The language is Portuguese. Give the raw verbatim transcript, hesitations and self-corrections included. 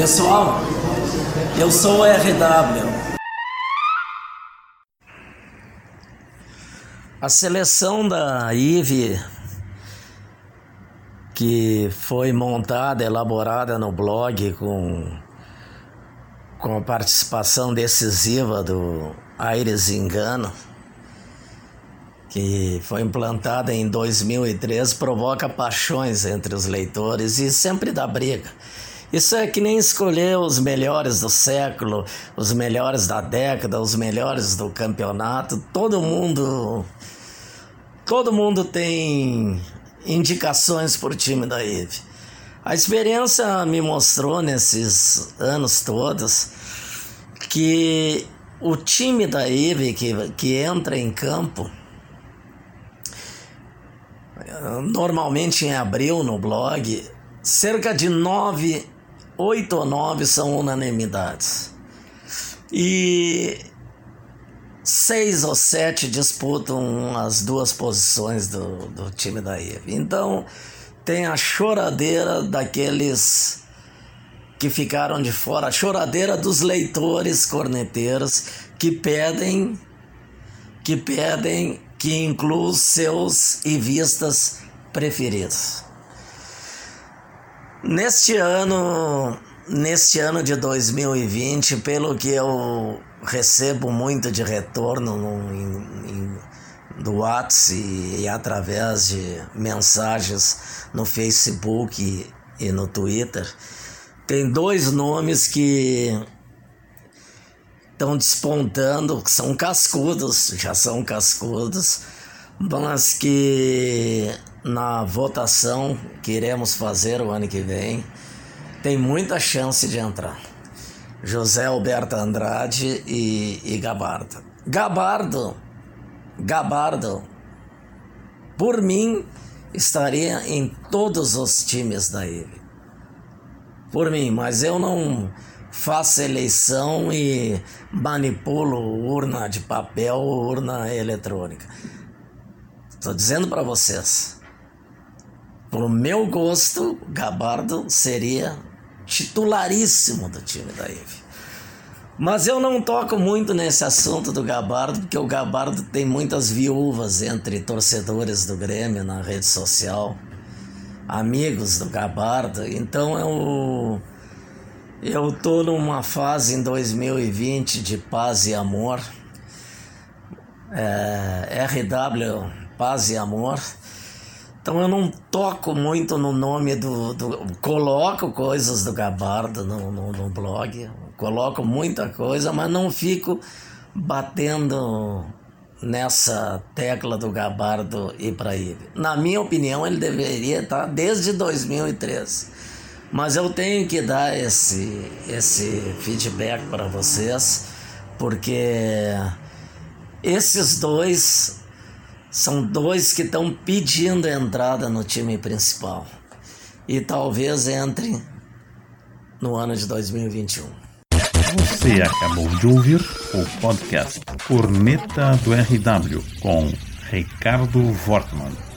Pessoal, eu sou o R W. A seleção da I V E, que foi montada, elaborada no blog com, com a participação decisiva do Aires Engano, que foi implantada em dois mil e treze, provoca paixões entre os leitores e sempre dá briga. Isso é que nem escolher os melhores do século, os melhores da década, os melhores do campeonato. Todo mundo, todo mundo tem indicações por time da I V E. A experiência me mostrou nesses anos todos que o time da I V E que, que entra em campo, normalmente em abril no blog, cerca de nove, oito ou nove são unanimidades. E seis ou sete disputam as duas posições do, do time da I V E. Então tem a choradeira daqueles que ficaram de fora, a choradeira dos leitores corneteiros que pedem que pedem que inclua seus ivistas preferidos. Neste ano, neste ano de dois mil e vinte, pelo que eu recebo muito de retorno no, em, em, do WhatsApp e, e através de mensagens no Facebook e, e no Twitter, tem dois nomes que estão despontando, que são cascudos, já são cascudos, mas que na votação que iremos fazer o ano que vem, tem muita chance de entrar. José Alberto Andrade e, e Gabardo. Gabardo, Gabardo, por mim, estaria em todos os times da I V E. Por mim, mas eu não faço eleição e manipulo urna de papel ou urna eletrônica. Estou dizendo para vocês, pro meu gosto, Gabardo seria titularíssimo do time da I V E. Mas eu não toco muito nesse assunto do Gabardo, porque o Gabardo tem muitas viúvas entre torcedores do Grêmio na rede social, amigos do Gabardo. Então eu eu tô numa fase em dois mil e vinte de paz e amor, é, R W, paz e amor. Então eu não toco muito no nome do... do coloco coisas do Gabardo no, no, no blog, coloco muita coisa, mas não fico batendo nessa tecla do Gabardo ir para I V E. Na minha opinião, ele deveria estar desde dois mil e treze. Mas eu tenho que dar esse, esse feedback para vocês, porque esses dois são dois que estão pedindo entrada no time principal. E talvez entre no ano de dois mil e vinte e um. Você acabou de ouvir o podcast Corneta do R W com Ricardo Wortmann.